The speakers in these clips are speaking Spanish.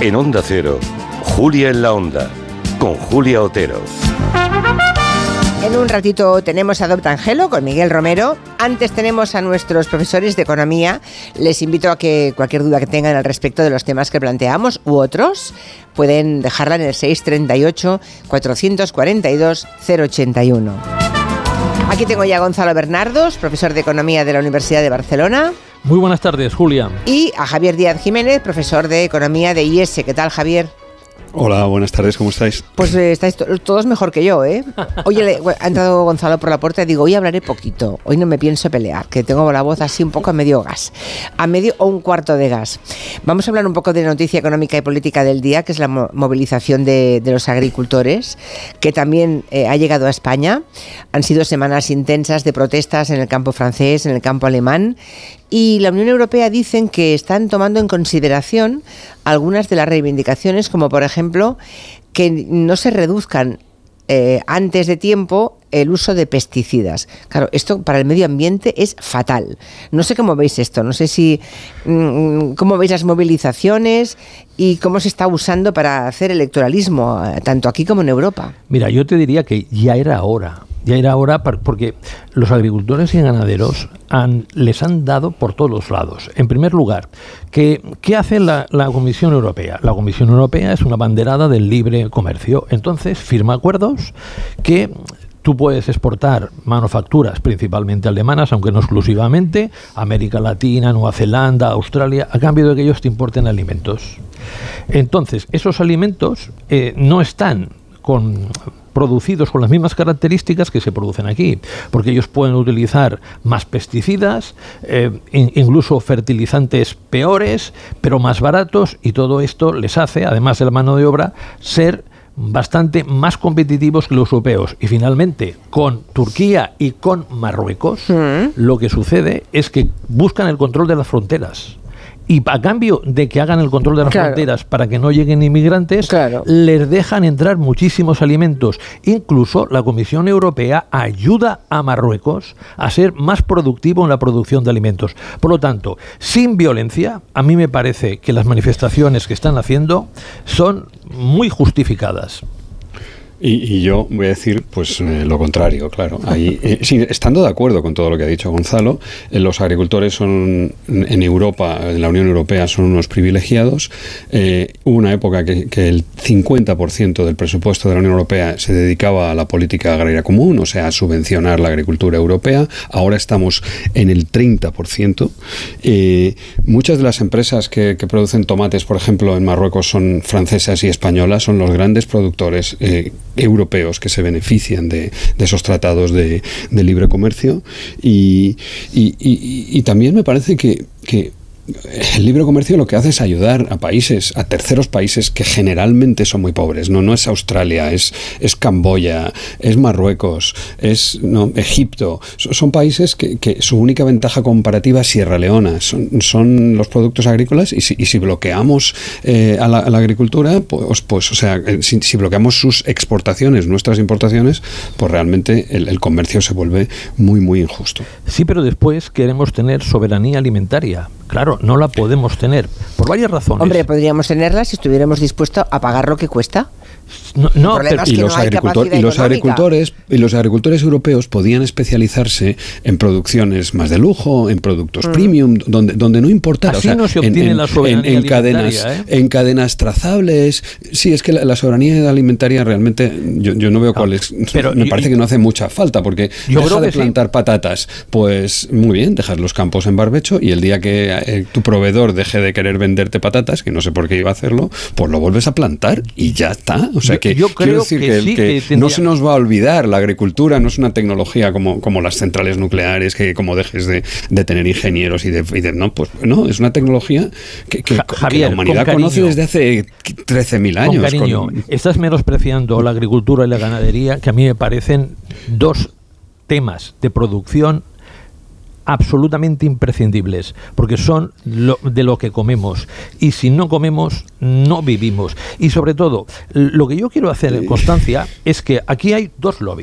En Onda Cero, Julia en la Onda, con Julia Otero. En un ratito tenemos a Adopta Angelo con Miguel Romero. Antes tenemos a nuestros profesores de economía. Les invito a que cualquier duda que tengan al respecto de los temas que planteamos u otros pueden dejarla en el 638 442 081. Aquí tengo ya a Gonzalo Bernardos, profesor de economía de la Universidad de Barcelona. Muy buenas tardes, Julia. Y a Javier Díaz Jiménez, profesor de economía de IES. ¿Qué tal, Javier? Hola, buenas tardes, ¿cómo estáis? Pues estáis todos mejor que yo, ¿eh? Oye, ha entrado Gonzalo por la puerta y digo, hoy hablaré poquito, hoy no me pienso pelear, que tengo la voz así un poco a medio gas, a medio o un cuarto de gas. Vamos a hablar un poco de noticia económica y política del día, que es la movilización de los agricultores, que también ha llegado a España. Han sido semanas intensas de protestas en el campo francés, en el campo alemán, y la Unión Europea dicen que están tomando en consideración algunas de las reivindicaciones, como por ejemplo que no se reduzcan antes de tiempo el uso de pesticidas. Claro, esto para el medio ambiente es fatal. No sé cómo veis esto, no sé si cómo veis las movilizaciones y cómo se está usando para hacer electoralismo, tanto aquí como en Europa. Mira, yo te diría que ya era hora. Ya era hora porque los agricultores y ganaderos les han dado por todos los lados. En primer lugar, ¿qué hace la Comisión Europea? La Comisión Europea es una abanderada del libre comercio. Entonces firma acuerdos que tú puedes exportar manufacturas principalmente alemanas, aunque no exclusivamente, a América Latina, Nueva Zelanda, Australia, a cambio de que ellos te importen alimentos. Entonces, esos alimentos no están producidos con las mismas características que se producen aquí, porque ellos pueden utilizar más pesticidas, incluso fertilizantes peores, pero más baratos, y todo esto les hace, además de la mano de obra, ser bastante más competitivos que los europeos. Y finalmente, con Turquía y con Marruecos, lo que sucede es que buscan el control de las fronteras. Y a cambio de que hagan el control de las fronteras para que no lleguen inmigrantes, les dejan entrar muchísimos alimentos. Incluso la Comisión Europea ayuda a Marruecos a ser más productivo en la producción de alimentos. Por lo tanto, sin violencia, a mí me parece que las manifestaciones que están haciendo son muy justificadas. Y yo voy a decir pues lo contrario, claro. Ahí, sí, estando de acuerdo con todo lo que ha dicho Gonzalo, los agricultores son en Europa, en la Unión Europea, son unos privilegiados. Hubo una época que el 50% del presupuesto de la Unión Europea se dedicaba a la política agraria común, o sea, a subvencionar la agricultura europea. Ahora estamos en el 30%. Muchas de las empresas que producen tomates, por ejemplo, en Marruecos son francesas y españolas, son los grandes productores europeos que se benefician de esos tratados de libre comercio y también me parece que el libre comercio lo que hace es ayudar a terceros países que generalmente son muy pobres. No es Australia, es Camboya, es Marruecos, es Egipto. Son países que su única ventaja comparativa es Sierra Leona. Son los productos agrícolas y si bloqueamos a la agricultura, pues o sea, si bloqueamos sus exportaciones, nuestras importaciones, pues realmente el comercio se vuelve muy, muy injusto. Sí, pero después queremos tener soberanía alimentaria. Claro, no la podemos tener, por varias razones. Hombre, podríamos tenerla si estuviéramos dispuestos a pagar lo que cuesta. Los agricultores europeos podían especializarse en producciones más de lujo, en productos premium, donde no importara. Así no se obtiene la soberanía alimentaria, en cadenas trazables. Sí, es que la soberanía alimentaria realmente yo no veo cuál es. Me parece que no hace mucha falta, porque deja de plantar patatas. Pues muy bien, dejas los campos en barbecho y el día que tu proveedor deje de querer venderte patatas, que no sé por qué iba a hacerlo, pues lo vuelves a plantar y ya está. O sea que yo creo que no se nos va a olvidar, la agricultura no es una tecnología como las centrales nucleares, que como dejes de tener ingenieros y de no, pues no, es una tecnología que Javier, la humanidad conoce desde hace 13.000 años. Con cariño, estás menospreciando la agricultura y la ganadería, que a mí me parecen dos temas de producción absolutamente imprescindibles, porque son de lo que comemos, y si no comemos no vivimos. Y sobre todo, lo que yo quiero hacer en constancia es que aquí hay dos lobbies.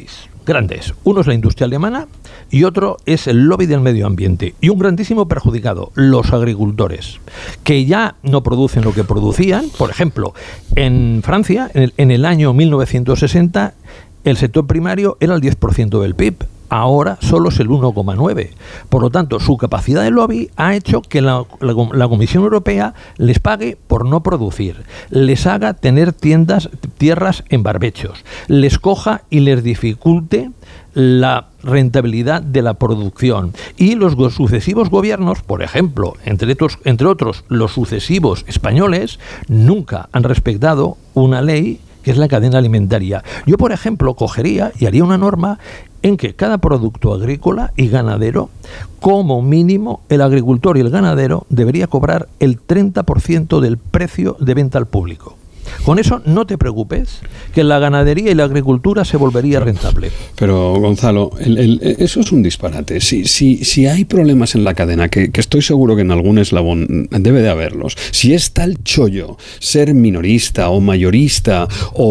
grandes. Uno es la industria alemana y otro es el lobby del medio ambiente. Y un grandísimo perjudicado, los agricultores, que ya no producen lo que producían. Por ejemplo, en Francia, en el año 1960, el sector primario era el 10% del PIB. Ahora solo es el 1,9%. Por lo tanto, su capacidad de lobby ha hecho que la Comisión Europea les pague por no producir, les haga tener tierras en barbechos, les coja y les dificulte la rentabilidad de la producción. Y los sucesivos gobiernos, por ejemplo, entre otros los sucesivos españoles, nunca han respetado una ley que es la cadena alimentaria. Yo, por ejemplo, cogería y haría una norma en que cada producto agrícola y ganadero, como mínimo, el agricultor y el ganadero debería cobrar el 30% del precio de venta al público. Con eso no te preocupes, que la ganadería y la agricultura se volvería rentable. Pero, Gonzalo, eso es un disparate. Si hay problemas en la cadena, que estoy seguro que en algún eslabón debe de haberlos, si es tal chollo ser minorista o mayorista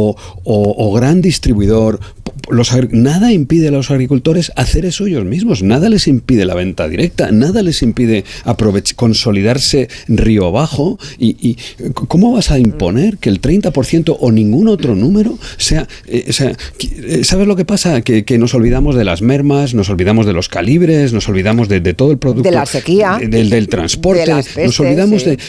o gran distribuidor, nada impide a los agricultores hacer eso ellos mismos, nada les impide la venta directa, nada les impide consolidarse río abajo. Y ¿cómo vas a imponer que el 30% o ningún otro número sea... ¿sabes lo que pasa? Que nos olvidamos de las mermas, nos olvidamos de los calibres, nos olvidamos de todo el producto... De la sequía. Del transporte, de las pestes, nos olvidamos sí.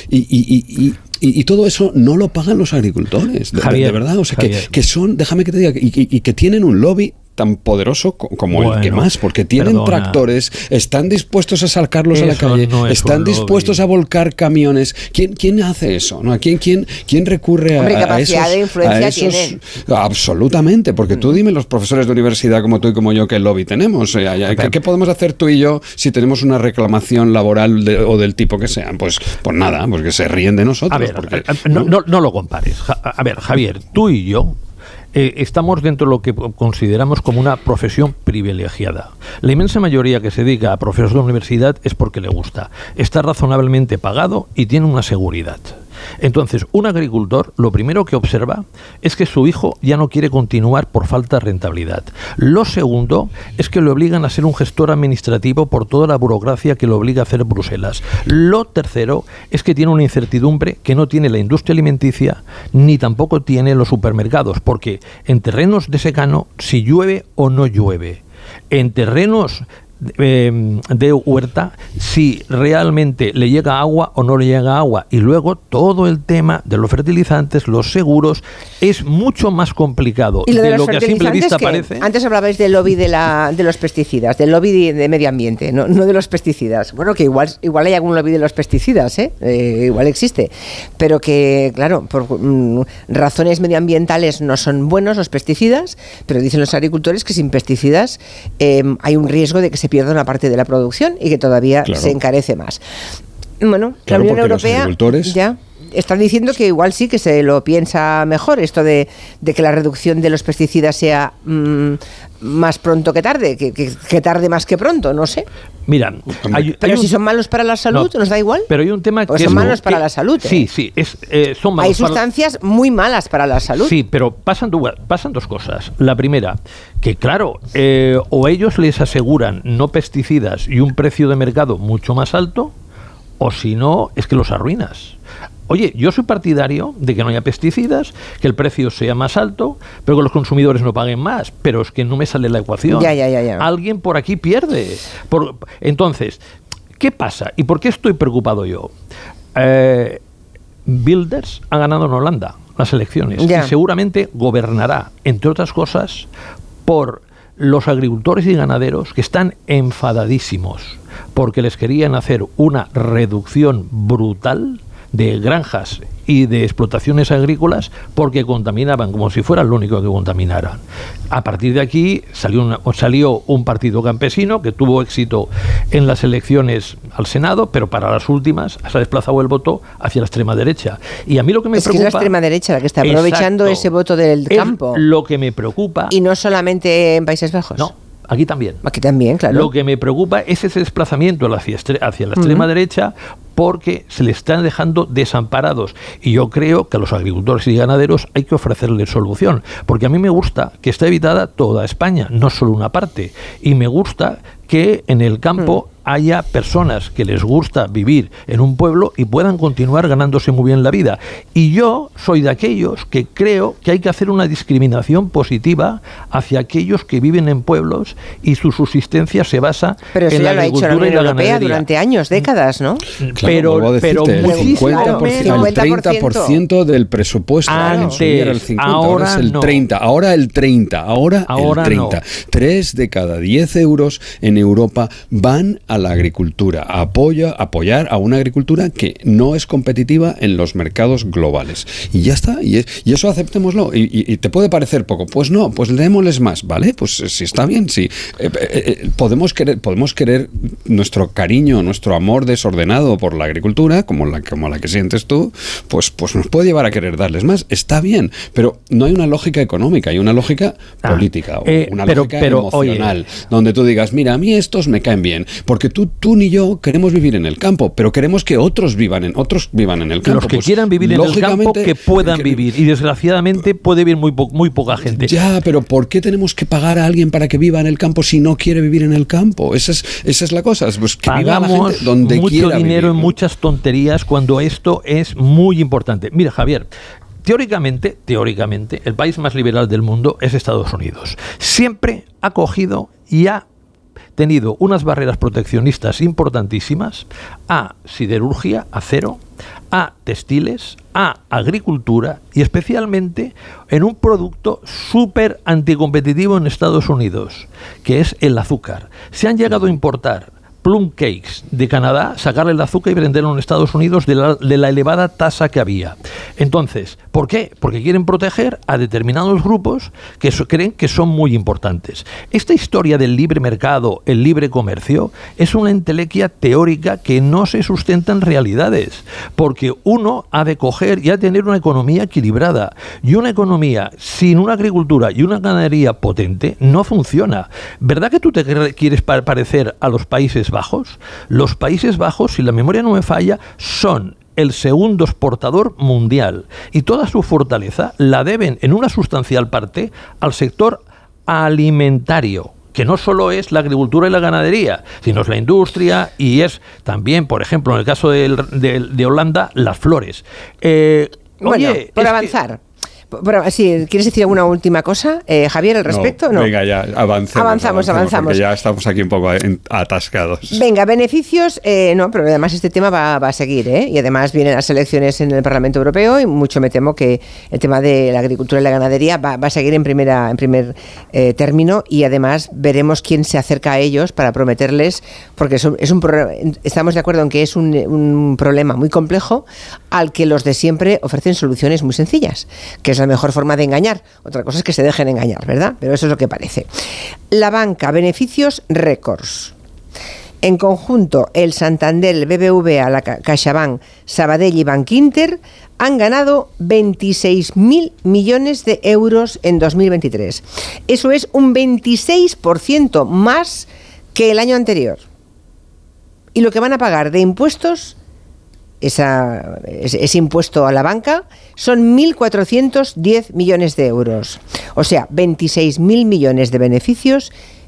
Y todo eso no lo pagan los agricultores, Javier, de verdad. O sea, que son, déjame que te diga, y que tienen un lobby tan poderoso como el que más, porque tienen tractores, están dispuestos a sacarlos a la calle, están dispuestos a volcar camiones. ¿Quién hace eso? ¿No? ¿Quién recurre a esos? De influencia tienen. Absolutamente, porque tú dime, los profesores de universidad como tú y como yo, ¿qué lobby tenemos? ¿Qué podemos hacer tú y yo si tenemos una reclamación laboral o del tipo que sea? Pues nada, pues que se ríen de nosotros. A ver, no lo compares. A ver, Javier, tú y yo estamos dentro de lo que consideramos como una profesión privilegiada. La inmensa mayoría que se dedica a profesor de universidad es porque le gusta, está razonablemente pagado y tiene una seguridad. Entonces, un agricultor lo primero que observa es que su hijo ya no quiere continuar por falta de rentabilidad. Lo segundo es que le obligan a ser un gestor administrativo por toda la burocracia que le obliga a hacer Bruselas. Lo tercero es que tiene una incertidumbre que no tiene la industria alimenticia ni tampoco tiene los supermercados, porque en terrenos de secano, si llueve o no llueve, en terrenos de huerta, si realmente le llega agua o no le llega agua, y luego todo el tema de los fertilizantes, los seguros, es mucho más complicado de lo que a simple vista parece. Antes hablabais del lobby de los pesticidas, del lobby de medio ambiente, no de los pesticidas. Bueno, que igual hay algún lobby de los pesticidas, igual existe, pero que, claro, por razones medioambientales no son buenos los pesticidas, pero dicen los agricultores que sin pesticidas hay un riesgo de que se pierda una parte de la producción y que todavía se encarece más. Bueno, la Unión Europea ya están diciendo que igual sí que se lo piensa mejor, esto de que la reducción de los pesticidas sea más pronto que tarde, que tarde más que pronto, no sé. Mira, pero si son malos para la salud, ¿nos da igual? Pero hay un tema que son malos para la salud. Sí, son malos. Hay sustancias muy malas para la salud. Sí, pero pasan dos cosas. La primera, que claro, o ellos les aseguran no pesticidas y un precio de mercado mucho más alto, o si no, es que los arruinas. Oye, yo soy partidario de que no haya pesticidas, que el precio sea más alto, pero que los consumidores no paguen más. Pero es que no me sale la ecuación. Ya. Alguien por aquí pierde. Entonces, ¿qué pasa? ¿Y por qué estoy preocupado yo? Wilders ha ganado en Holanda las elecciones y seguramente gobernará, entre otras cosas, por los agricultores y ganaderos que están enfadadísimos porque les querían hacer una reducción brutal de granjas y de explotaciones agrícolas porque contaminaban como si fueran lo único que contaminaran. A partir de aquí salió un partido campesino que tuvo éxito en las elecciones al Senado, pero para las últimas se ha desplazado el voto hacia la extrema derecha. Y a mí lo que me preocupa... Es que es la extrema derecha la que está aprovechando ese voto del campo. Lo que me preocupa... Y no solamente en Países Bajos. No. Aquí también. Aquí también, claro. Lo que me preocupa es ese desplazamiento hacia la extrema derecha porque se les están dejando desamparados. Y yo creo que a los agricultores y ganaderos hay que ofrecerles solución, porque a mí me gusta que esté habitada toda España, no solo una parte, y me gusta que en el campo haya personas que les gusta vivir en un pueblo y puedan continuar ganándose muy bien la vida. Y yo soy de aquellos que creo que hay que hacer una discriminación positiva hacia aquellos que viven en pueblos y su subsistencia se basa en la agricultura y la ganadería. Durante años, décadas, ¿no? Claro, pero muchísimamente. El 30% del presupuesto. Antes, ahora es el 30%. Ahora el 30%. 3 de cada 10 euros en Europa van a la agricultura, a apoyar a una agricultura que no es competitiva en los mercados globales. Y ya está, y eso aceptémoslo. Y te puede parecer poco, pues no, pues démosles más, ¿vale? Pues si está bien, sí. Podemos querer nuestro cariño, nuestro amor desordenado por la agricultura, como la que sientes tú, pues nos puede llevar a querer darles más. Está bien, pero no hay una lógica económica, hay una lógica política, o una lógica emocional, donde tú digas, mira, a mí estos me caen bien, porque tú ni yo queremos vivir en el campo, pero queremos que otros vivan en el campo. Los que quieran vivir en el campo, que puedan vivir, y desgraciadamente puede vivir muy poca gente. Ya, pero ¿por qué tenemos que pagar a alguien para que viva en el campo si no quiere vivir en el campo? Esa es la cosa, pues que viva la gente donde mucho quiera dinero vivir, en muchas tonterías cuando esto es muy importante. Mira, Javier, teóricamente, el país más liberal del mundo es Estados Unidos. Siempre ha cogido y ha tenido unas barreras proteccionistas importantísimas a siderurgia, acero, a textiles, a agricultura y especialmente en un producto súper anticompetitivo en Estados Unidos, que es el azúcar. Se han llegado a importar plum cakes de Canadá, sacarle el azúcar y venderlo en Estados Unidos de la elevada tasa que había. Entonces, ¿por qué? Porque quieren proteger a determinados grupos que creen que son muy importantes. Esta historia del libre mercado, el libre comercio, es una entelequia teórica que no se sustenta en realidades, porque uno ha de coger y ha de tener una economía equilibrada, y una economía sin una agricultura y una ganadería potente no funciona. ¿Verdad que tú te quieres parecer a los Países Bajos? Los Países Bajos, si la memoria no me falla, son el segundo exportador mundial y toda su fortaleza la deben en una sustancial parte al sector alimentario, que no solo es la agricultura y la ganadería, sino es la industria y es también, por ejemplo, en el caso de Holanda, las flores. Por avanzar. Sí, ¿quieres decir alguna última cosa, Javier, al respecto? No. Venga, ya, avanzamos. Porque ya estamos aquí un poco atascados. Venga, beneficios, no, pero además este tema va a seguir, y además vienen las elecciones en el Parlamento Europeo y mucho me temo que el tema de la agricultura y la ganadería va a seguir en primer término, y además veremos quién se acerca a ellos para prometerles, porque estamos de acuerdo en que es un problema muy complejo al que los de siempre ofrecen soluciones muy sencillas, que es la mejor forma de engañar. Otra cosa es que se dejen engañar, ¿verdad? Pero eso es lo que parece. La banca, beneficios récords. En conjunto, el Santander, el BBVA, la CaixaBank, Sabadell y Bankinter han ganado 26.000 millones de euros en 2023. Eso es un 26% más que el año anterior. Y lo que van a pagar de impuestos, ese impuesto a la banca, son 1.410 millones de euros. O sea, 26.000 millones de beneficios,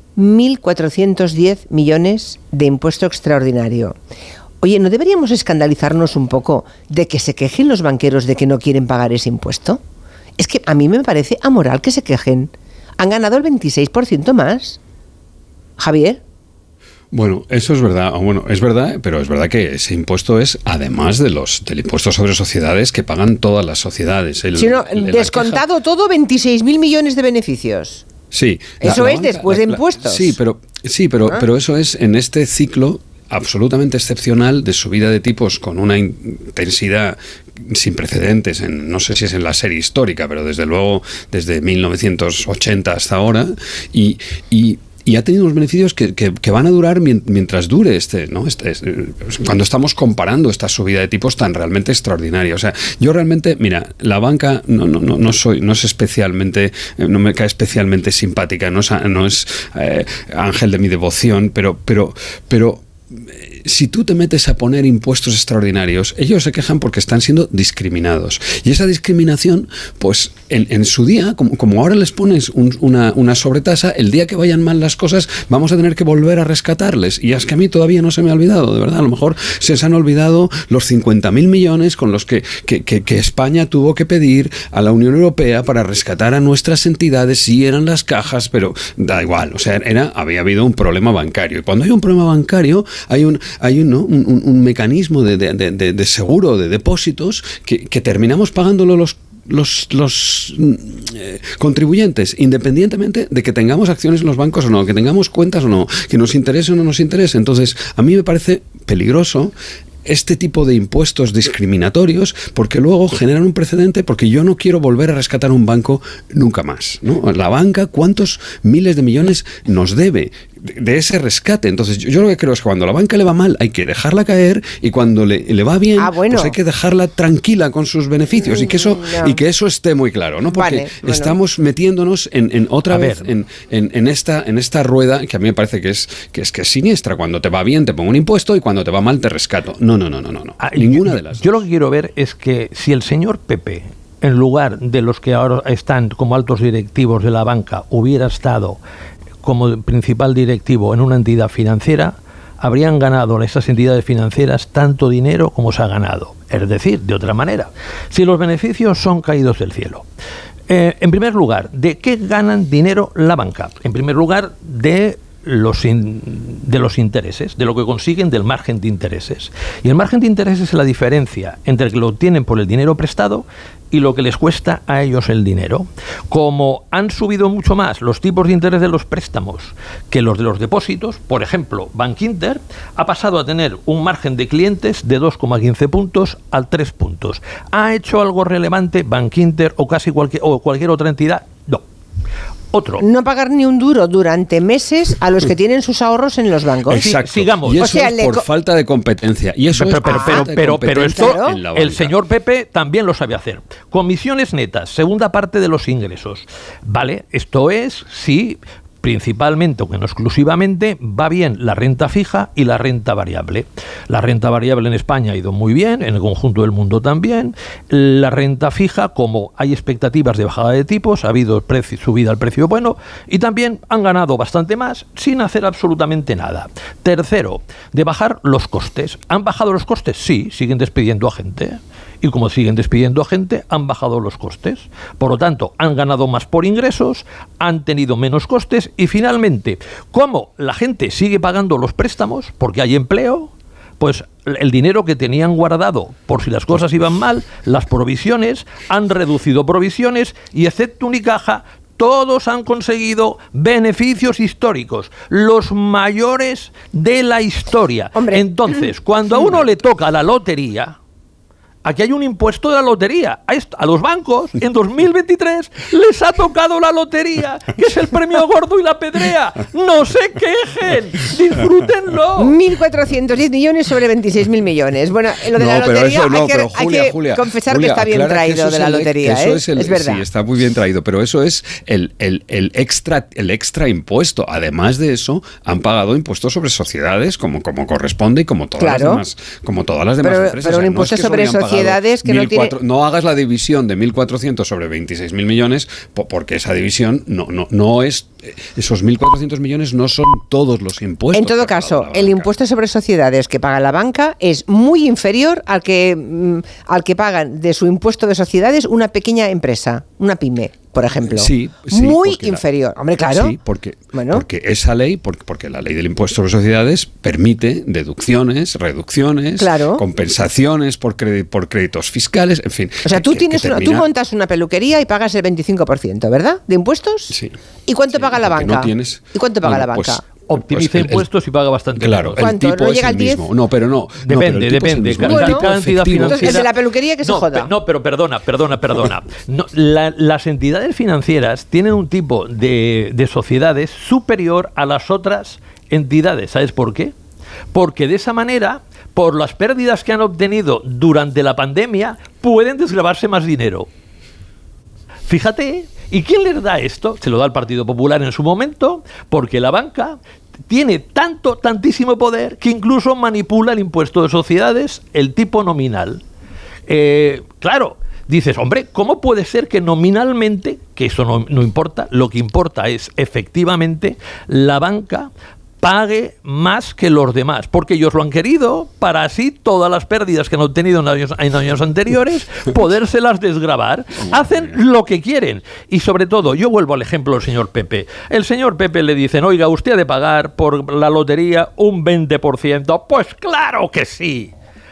1.410 millones de impuesto extraordinario. Oye, ¿no deberíamos escandalizarnos un poco de que se quejen los banqueros de que no quieren pagar ese impuesto? Es que a mí me parece amoral que se quejen. Han ganado el 26% más. Javier. Bueno, eso es verdad. Bueno, es verdad, pero es verdad que ese impuesto es además del impuesto sobre sociedades que pagan todas las sociedades. Descontado todo, 26.000 millones de beneficios. Sí. Eso es después de impuestos. Pero eso es en este ciclo absolutamente excepcional de subida de tipos con una intensidad sin precedentes, no sé si es en la serie histórica, pero desde luego desde 1980 hasta ahora, y ha tenido unos beneficios que van a durar mientras dure cuando estamos comparando esta subida de tipos tan realmente extraordinaria. O sea, yo realmente, mira, la banca no es especialmente, no me cae especialmente simpática, no es ángel de mi devoción, pero si tú te metes a poner impuestos extraordinarios, ellos se quejan porque están siendo discriminados. Y esa discriminación, pues en su día, como ahora les pones una sobretasa, el día que vayan mal las cosas, vamos a tener que volver a rescatarles. Y es que a mí todavía no se me ha olvidado, de verdad. A lo mejor se han olvidado los 50.000 millones con los que España tuvo que pedir a la Unión Europea para rescatar a nuestras entidades. Sí, eran las cajas, pero da igual. O sea, había habido un problema bancario. Y cuando hay un problema bancario, hay un mecanismo de seguro de depósitos que terminamos pagándolo los contribuyentes, independientemente de que tengamos acciones en los bancos o no, que tengamos cuentas o no, que nos interese o no nos interese. Entonces, a mí me parece peligroso este tipo de impuestos discriminatorios, porque luego generan un precedente, porque yo no quiero volver a rescatar un banco nunca más, ¿no? La banca, ¿cuántos miles de millones nos debe de ese rescate? Entonces yo lo que creo es que cuando a la banca le va mal hay que dejarla caer, y cuando le va bien, pues hay que dejarla tranquila con sus beneficios, y que eso esté muy claro, ¿no? Porque estamos metiéndonos en otra vez en esta rueda que a mí me parece que es siniestra. Cuando te va bien te pongo un impuesto y cuando te va mal te rescato. No. Ninguna de las dos. Yo lo que quiero ver es que si el señor Pepe, en lugar de los que ahora están como altos directivos de la banca, hubiera estado como principal directivo en una entidad financiera, habrían ganado esas entidades financieras tanto dinero como se ha ganado. Es decir, de otra manera, si los beneficios son caídos del cielo. En primer lugar, ¿de qué ganan dinero la banca? En primer lugar, de los intereses, de lo que consiguen del margen de intereses. Y el margen de intereses es la diferencia entre el que lo obtienen por el dinero prestado y lo que les cuesta a ellos el dinero. Como han subido mucho más los tipos de interés de los préstamos que los de los depósitos, por ejemplo, Bankinter ha pasado a tener un margen de clientes de 2,15 puntos al 3 puntos. ¿Ha hecho algo relevante Bankinter o cualquier otra entidad? No. Otro. No pagar ni un duro durante meses a los que tienen sus ahorros en los bancos. Exacto. Sigamos. Y eso es por falta de competencia. Y eso pero esto el señor Pepe también lo sabe hacer. Comisiones netas, segunda parte de los ingresos. Vale, esto es, sí, principalmente, aunque no exclusivamente, va bien la renta fija y la renta variable. La renta variable en España ha ido muy bien, en el conjunto del mundo también. La renta fija, como hay expectativas de bajada de tipos, ha habido subida al precio bueno, y también han ganado bastante más sin hacer absolutamente nada. Tercero, de bajar los costes. ¿Han bajado los costes? Sí, siguen despidiendo a gente. Y como siguen despidiendo a gente, han bajado los costes. Por lo tanto, han ganado más por ingresos, han tenido menos costes, y finalmente, como la gente sigue pagando los préstamos porque hay empleo, pues el dinero que tenían guardado por si las cosas iban mal, las provisiones, han reducido provisiones, y excepto Unicaja, todos han conseguido beneficios históricos, los mayores de la historia. Hombre. Entonces, cuando a uno le toca la lotería, aquí hay un impuesto de la lotería. A los bancos, en 2023, les ha tocado la lotería, que es el premio gordo y la pedrea. ¡No se quejen! ¡Disfrútenlo! 1.410 millones sobre 26.000 millones. Bueno, lo de la lotería hay que confesar que está bien traído de la lotería. Es verdad. Sí, está muy bien traído, pero eso es el extra impuesto. Además de eso, han pagado impuestos sobre sociedades como corresponde y como todas las demás empresas. Pero un impuesto sobre sociedades que no tiene... No hagas la división de 1.400 sobre 26.000 millones, porque esa división no es... Esos 1.400 millones no son todos los impuestos. En todo caso, el impuesto sobre sociedades que paga la banca es muy inferior al que pagan de su impuesto de sociedades una pequeña empresa, una pyme, por ejemplo. Sí, muy inferior. Hombre, claro. Sí, porque esa ley, porque la ley del impuesto sobre sociedades permite deducciones, reducciones, compensaciones por créditos fiscales, en fin. O sea, tú montas una peluquería y pagas el 25%, ¿verdad? ¿De impuestos? Sí. ¿Y cuánto paga la banca? ¿Y cuánto paga la banca? Optimiza impuestos y paga bastante. Claro, el tipo es el mismo. No, pero no. Depende. Cada entidad financiera. Entonces, el de la peluquería que se joda. Pero perdona. No, las entidades financieras tienen un tipo de sociedades superior a las otras entidades. ¿Sabes por qué? Porque de esa manera, por las pérdidas que han obtenido durante la pandemia, pueden desgravarse más dinero. Fíjate. ¿Y quién les da esto? Se lo da el Partido Popular en su momento, porque la banca tiene tantísimo poder que incluso manipula el impuesto de sociedades, el tipo nominal. Claro, dices, hombre, ¿cómo puede ser que nominalmente, que eso no importa, lo que importa es efectivamente la banca pague más que los demás? Porque ellos lo han querido para así todas las pérdidas que han obtenido en años anteriores podérselas desgravar. Hacen lo que quieren. Y sobre todo, yo vuelvo al ejemplo del señor Pepe. El señor Pepe le dicen, oiga, usted ha de pagar por la lotería un 20%. Pues claro que sí.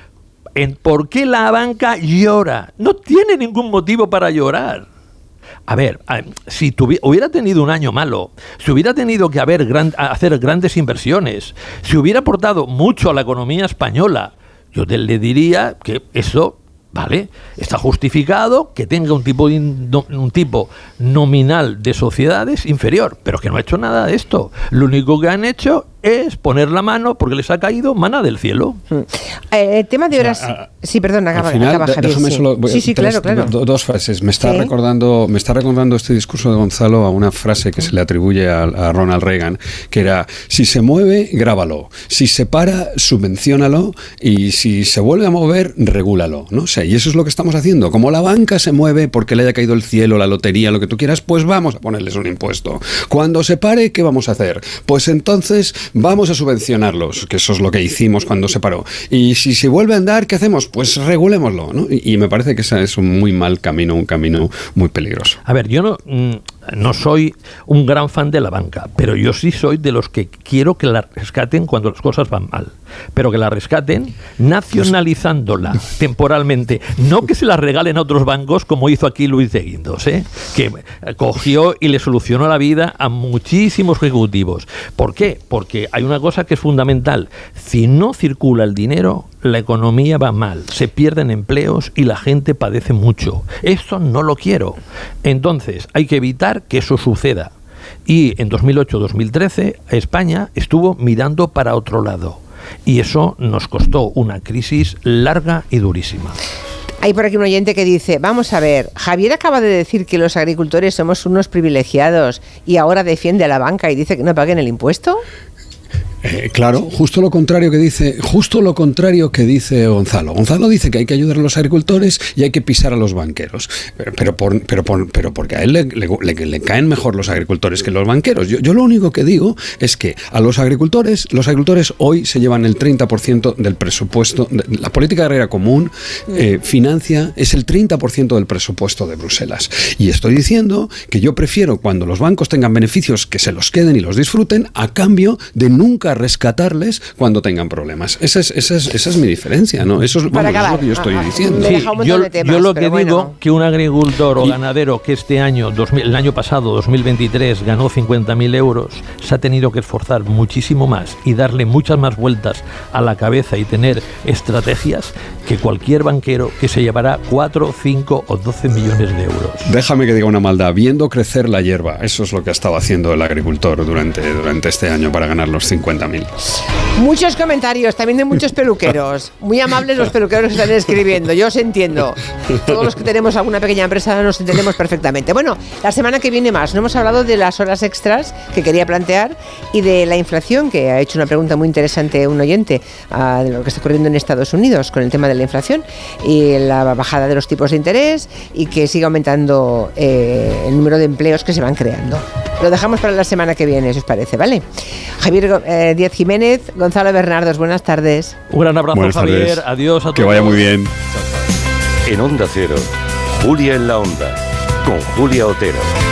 ¿Por qué la banca llora? No tiene ningún motivo para llorar. A ver, si hubiera tenido un año malo, si hubiera tenido que hacer grandes inversiones, si hubiera aportado mucho a la economía española, yo le diría que eso, vale, está justificado, que tenga un tipo nominal de sociedades inferior, pero que no ha hecho nada de esto. Lo único que han hecho es poner la mano porque les ha caído maná del cielo. El tema de horas... Sí, perdón, acaba Javier. Déjame solo... Sí, claro. Dos frases. Me está recordando este discurso de Gonzalo a una frase que se le atribuye a Ronald Reagan, que era, si se mueve, grábalo. Si se para, subvenciónalo. Y si se vuelve a mover, regúlalo, ¿no? O sea, y eso es lo que estamos haciendo. Como la banca se mueve porque le haya caído el cielo, la lotería, lo que tú quieras, pues vamos a ponerles un impuesto. Cuando se pare, ¿qué vamos a hacer? Pues entonces vamos a subvencionarlos, que eso es lo que hicimos cuando se paró. Y si se vuelve a andar, ¿qué hacemos? Pues regulémoslo, ¿no? Y me parece que ese es un muy mal camino, un camino muy peligroso. A ver, yo no soy un gran fan de la banca, pero yo sí soy de los que quiero que la rescaten cuando las cosas van mal, pero que la rescaten nacionalizándola temporalmente, no que se la regalen a otros bancos como hizo aquí Luis de Guindos, que cogió y le solucionó la vida a muchísimos ejecutivos. ¿Por qué? Porque hay una cosa que es fundamental: si no circula el dinero, la economía va mal, se pierden empleos y la gente padece mucho. Esto no lo quiero. Entonces hay que evitar que eso suceda. Y en 2008-2013 España estuvo mirando para otro lado. Y eso nos costó una crisis larga y durísima. Hay por aquí un oyente que dice, vamos a ver, Javier acaba de decir que los agricultores somos unos privilegiados y ahora defiende a la banca y dice que no paguen el impuesto. Claro, justo lo contrario que dice Gonzalo. Gonzalo dice que hay que ayudar a los agricultores y hay que pisar a los banqueros. Pero porque a él le caen mejor los agricultores que los banqueros. Yo lo único que digo es que a los agricultores hoy se llevan el 30% del presupuesto. La política agraria común financia, es el 30% del presupuesto de Bruselas. Y estoy diciendo que yo prefiero, cuando los bancos tengan beneficios, que se los queden y los disfruten, a cambio de nunca rescatarles cuando tengan problemas. Esa es mi diferencia, ¿no? Eso es lo que yo estoy diciendo. Sí, yo lo que digo, que un agricultor o ganadero que este año, el año pasado, 2023, ganó 50.000 euros, se ha tenido que esforzar muchísimo más y darle muchas más vueltas a la cabeza y tener estrategias que cualquier banquero que se llevará 4, 5 o 12 millones de euros. Déjame que diga una maldad. Viendo crecer la hierba, eso es lo que ha estado haciendo el agricultor durante este año para ganar los 50.000. Muchos comentarios, también de muchos peluqueros. Muy amables los peluqueros que están escribiendo. Yo os entiendo. Todos los que tenemos alguna pequeña empresa nos entendemos perfectamente. Bueno, la semana que viene más. No hemos hablado de las horas extras que quería plantear y de la inflación, que ha hecho una pregunta muy interesante un oyente de lo que está ocurriendo en Estados Unidos con el tema de la inflación y la bajada de los tipos de interés y que sigue aumentando el número de empleos que se van creando. Lo dejamos para la semana que viene, si os parece, ¿vale? Javier Díaz Jiménez, Gonzalo Bernardos, buenas tardes. Un gran abrazo, buenas Javier. Tardes. Adiós a todos. Que vaya muy bien. En Onda Cero, Julia en la Onda, con Julia Otero.